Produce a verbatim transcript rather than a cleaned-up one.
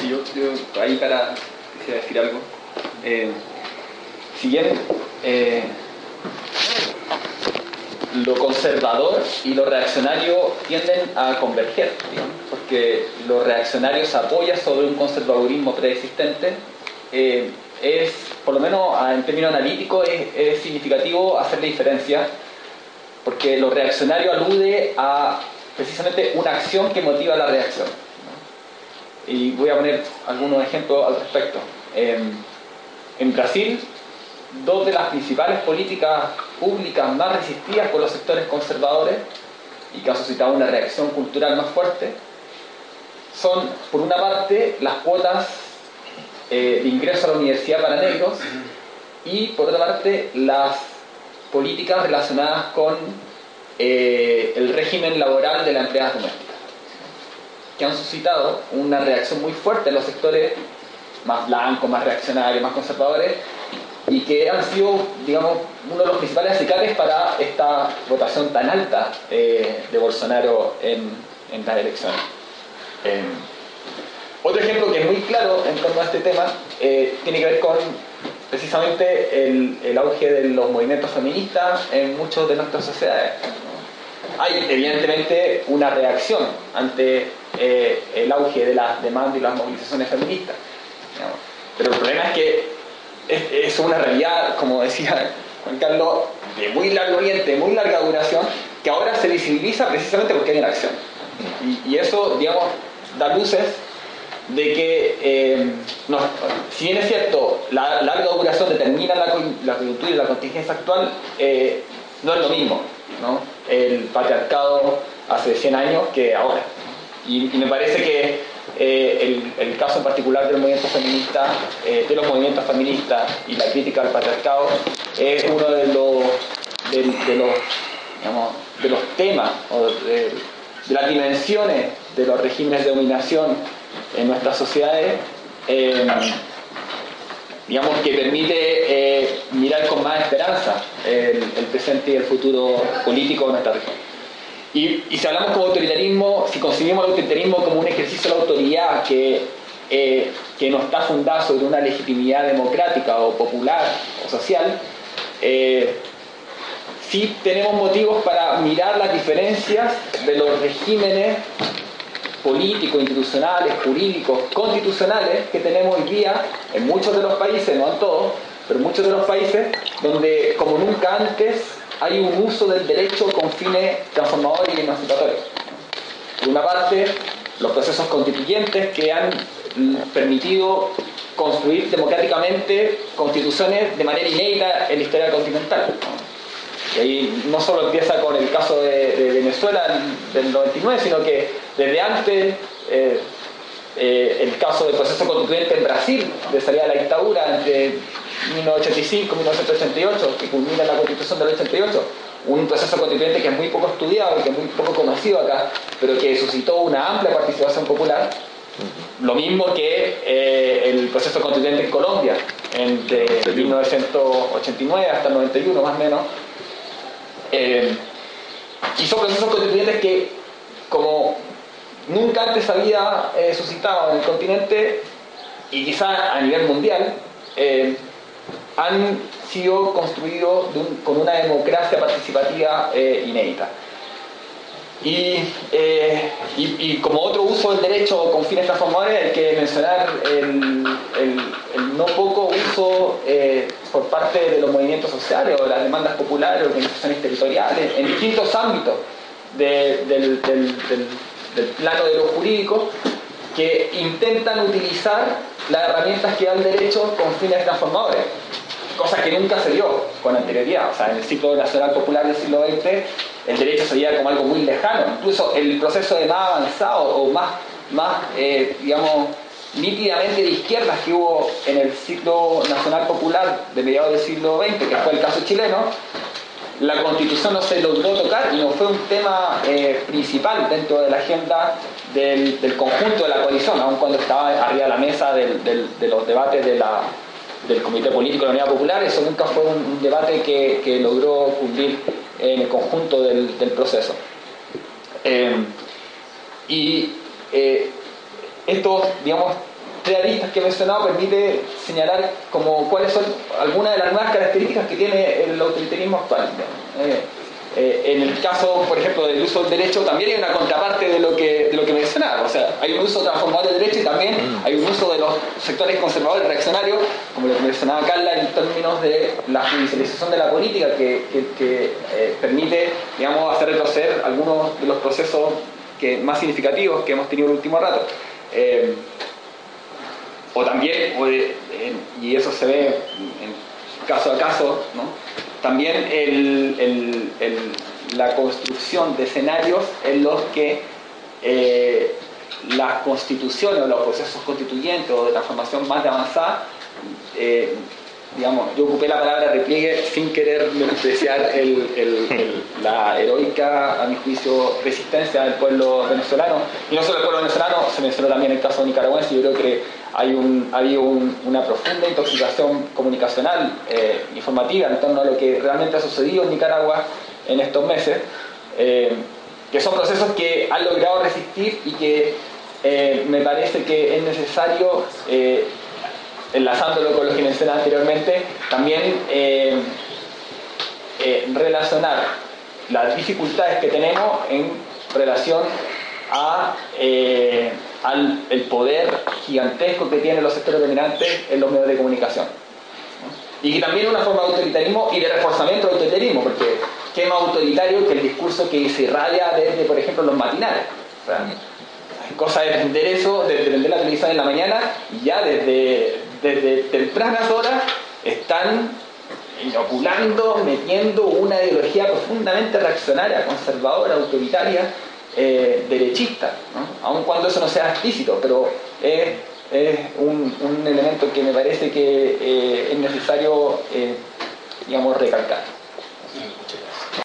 Sí, yo, yo ahí para quisiera decir algo. Eh, si bien eh, lo conservador y lo reaccionario tienden a converger, digamos, porque lo reaccionario se apoya sobre un conservadurismo preexistente, eh, es, por lo menos en términos analíticos, es, es significativo hacer la diferencia, porque lo reaccionario alude a precisamente una acción que motiva la reacción, ¿no? Y voy a poner algunos ejemplos al respecto. Eh, en Brasil, dos de las principales políticas públicas más resistidas por los sectores conservadores y que han suscitado una reacción cultural más fuerte son, por una parte, las cuotas eh, de ingreso a la universidad para negros y, por otra parte, las políticas relacionadas con eh, el régimen laboral de las empleadas domésticas, que han suscitado una reacción muy fuerte en los sectores más blancos, más reaccionarios, más conservadores, y que han sido, digamos, uno de los principales acicates para esta votación tan alta eh, de Bolsonaro en, en las elecciones. Eh, otro ejemplo que es muy claro en torno a este tema eh, tiene que ver con precisamente el, el auge de los movimientos feministas en muchas de nuestras sociedades. Hay evidentemente una reacción ante eh, el auge de las demandas y las movilizaciones feministas, digamos. Pero el problema es que es, es una realidad, como decía Juan Carlos, de muy largo oriente, de muy larga duración, que ahora se visibiliza precisamente porque hay una acción. Y, y eso, digamos, da luces de que, eh, no, si bien es cierto, la larga duración determina la, la coyuntura y la contingencia actual, eh, no es lo mismo, ¿no? El patriarcado hace cien años que ahora. Y, y me parece que eh, el, el caso en particular del movimiento feminista, eh, de los movimientos feministas y la crítica al patriarcado es uno de los, de, de los, digamos, de los temas o de, de las dimensiones de los regímenes de dominación en nuestras sociedades, eh, digamos, que permite eh, mirar con más esperanza el, el presente y el futuro político de nuestra región. Y, y si hablamos como autoritarismo, si concebimos el autoritarismo como un ejercicio de la autoridad que, eh, que no está fundado sobre una legitimidad democrática o popular o social, eh, sí tenemos motivos para mirar las diferencias de los regímenes políticos, institucionales, jurídicos, constitucionales que tenemos hoy día en muchos de los países, no en todos, pero en muchos de los países donde, como nunca antes, hay un uso del derecho con fines transformadores y emancipatorios. Por una parte, los procesos constituyentes que han permitido construir democráticamente constituciones de manera inédita en la historia continental. Y ahí no solo empieza con el caso de, de Venezuela del noventa y nueve, sino que desde antes, eh, eh, el caso del proceso constituyente en Brasil, de salida de la dictadura entre mil novecientos ochenta y cinco y mil novecientos ochenta y ocho, que culmina la Constitución del ochenta y ocho, un proceso constituyente que es muy poco estudiado y que es muy poco conocido acá, pero que suscitó una amplia participación popular. Lo mismo que eh, el proceso constituyente en Colombia, entre mil novecientos ochenta y nueve hasta el noventa y uno más o menos. Eh, y son procesos constituyentes que, como nunca antes había eh, suscitado en el continente y quizá a nivel mundial, eh, han sido construidos de un, con una democracia participativa eh, inédita. Y, eh, y, y como otro uso del derecho con fines transformadores, hay que mencionar el, el, el no poco uso eh, por parte de los movimientos sociales o de las demandas populares, organizaciones territoriales, en distintos ámbitos de, del, del, del, del plano de lo jurídico, que intentan utilizar las herramientas que dan derecho con fines transformadores, cosa que nunca se dio con anterioridad. O sea, en el ciclo nacional popular del siglo veinte el derecho se veía como algo muy lejano. Incluso el proceso de más avanzado o más, más eh, digamos, nítidamente de izquierdas que hubo en el ciclo nacional popular de mediados del siglo veinte, que fue el caso chileno, la Constitución no se logró tocar y no fue un tema eh, principal dentro de la agenda del, del conjunto de la coalición, aun cuando estaba arriba de la mesa del, del, de los debates de la, del Comité Político de la Unidad Popular. Eso nunca fue un, un debate que, que logró cumplir en el conjunto del, del proceso. Eh, y eh, estos, digamos, tres aristas que he mencionado permite señalar como cuáles son algunas de las nuevas características que tiene el autoritarismo actual. Eh, eh, en el caso, por ejemplo, del uso del derecho, también hay una contraparte de lo que, de lo que mencionaba. O sea, hay un uso transformador del derecho y también hay un uso de los sectores conservadores reaccionarios, como lo que mencionaba Carla, en términos de la judicialización de la política, que, que, que eh, permite, digamos, hacer retroceder algunos de los procesos que, más significativos que hemos tenido el último rato. Eh, o también, o de, eh, y eso se ve en caso a caso, ¿no? También el, el, el, la construcción de escenarios en los que eh, las constituciones o los procesos constituyentes o de transformación más de avanzada, eh, digamos, yo ocupé la palabra repliegue sin querer menospreciar el, el, el, la heroica, a mi juicio, resistencia del pueblo venezolano, y no solo el pueblo venezolano, se mencionó también el caso nicaragüense. Yo creo que hay un, ha habido un, una profunda intoxicación comunicacional, eh, informativa, en torno a lo que realmente ha sucedido en Nicaragua en estos meses, eh, que son procesos que han logrado resistir y que eh, me parece que es necesario, eh, enlazándolo con lo que mencioné anteriormente, también eh, eh, relacionar las dificultades que tenemos en relación a eh, al el poder gigantesco que tienen los sectores dominantes en los medios de comunicación, ¿no? Y que también es una forma de autoritarismo y de reforzamiento del autoritarismo, porque qué más autoritario que el discurso que se irradia desde, por ejemplo, los matinales. O sea, cosa de prender eso, de prender la televisión en la mañana, y ya desde, desde tempranas horas están inoculando, metiendo una ideología profundamente reaccionaria, conservadora, autoritaria, eh, derechista, ¿no? Aun cuando eso no sea explícito, pero es, es un, un elemento que me parece que eh, es necesario, eh, digamos, recalcar. Muchas gracias.